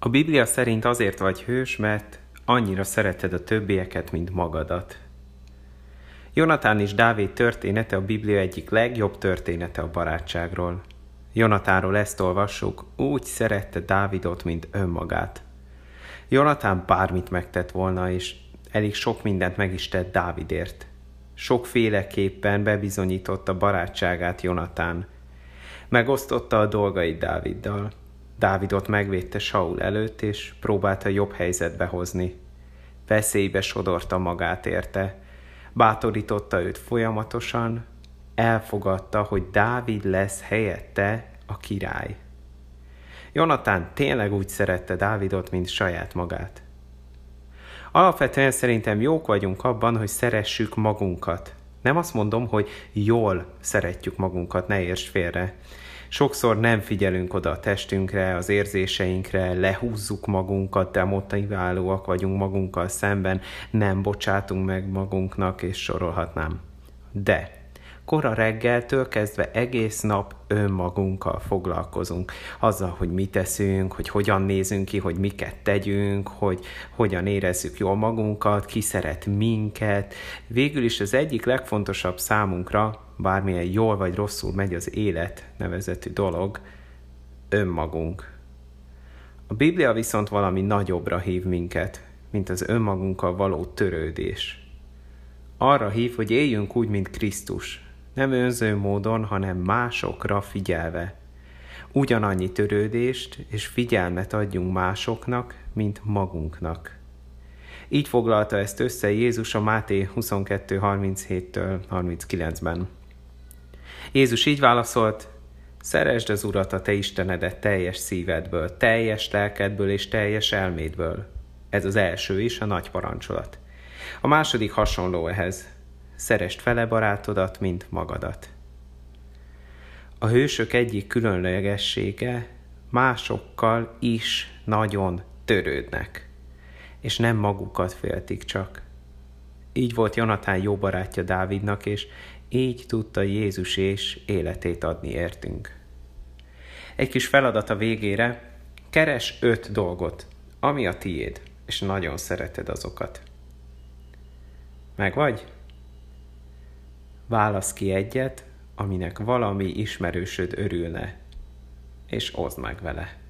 A Biblia szerint azért vagy hős, mert annyira szereted a többieket, mint magadat. Jonatán és Dávid története a Biblia egyik legjobb története a barátságról. Jonatánról ezt olvassuk, úgy szerette Dávidot, mint önmagát. Jonatán bármit megtett volna, és elég sok mindent meg is tett Dávidért. Sokféleképpen bebizonyította barátságát Jonatán. Megosztotta a dolgait Dáviddal. Dávidot megvédte Saul előtt, és próbálta jobb helyzetbe hozni. Veszélybe sodorta magát érte. Bátorította őt folyamatosan, elfogadta, hogy Dávid lesz helyette a király. Jonatán tényleg úgy szerette Dávidot, mint saját magát. Alapvetően szerintem jók vagyunk abban, hogy szeressük magunkat. Nem azt mondom, hogy jól szeretjük magunkat, ne értsd félre. Sokszor nem figyelünk oda a testünkre, az érzéseinkre, lehúzzuk magunkat, demotiválóak vagyunk magunkkal szemben, nem bocsátunk meg magunknak, és sorolhatnám. De kora reggeltől kezdve egész nap önmagunkkal foglalkozunk. Azzal, hogy mit teszünk, hogy hogyan nézünk ki, hogy miket tegyünk, hogy hogyan érezzük jól magunkat, ki szeret minket. Végül is az egyik legfontosabb számunkra, bármilyen jól vagy rosszul megy az élet nevezetű dolog, önmagunk. A Biblia viszont valami nagyobbra hív minket, mint az önmagunkkal való törődés. Arra hív, hogy éljünk úgy, mint Krisztus. Nem önző módon, hanem másokra figyelve. Ugyanannyi törődést és figyelmet adjunk másoknak, mint magunknak. Így foglalta ezt össze Jézus a Máté 22:37-től 39-ben. Jézus így válaszolt: szeresd az Urat, a te Istenedet teljes szívedből, teljes lelkedből és teljes elmédből. Ez az első is, a nagy parancsolat. A második hasonló ehhez: szeresd fele barátodat, mint magadat. A hősök egyik különlegessége, másokkal is nagyon törődnek, és nem magukat féltik csak. Így volt Jonatán jó barátja Dávidnak, és így tudta Jézus és életét adni értünk. Egy kis feladat a végére: keres 5 dolgot, ami a tiéd, és nagyon szereted azokat. Megvagy? Válasz ki egyet, aminek valami ismerősöd örülne, és oszd meg vele.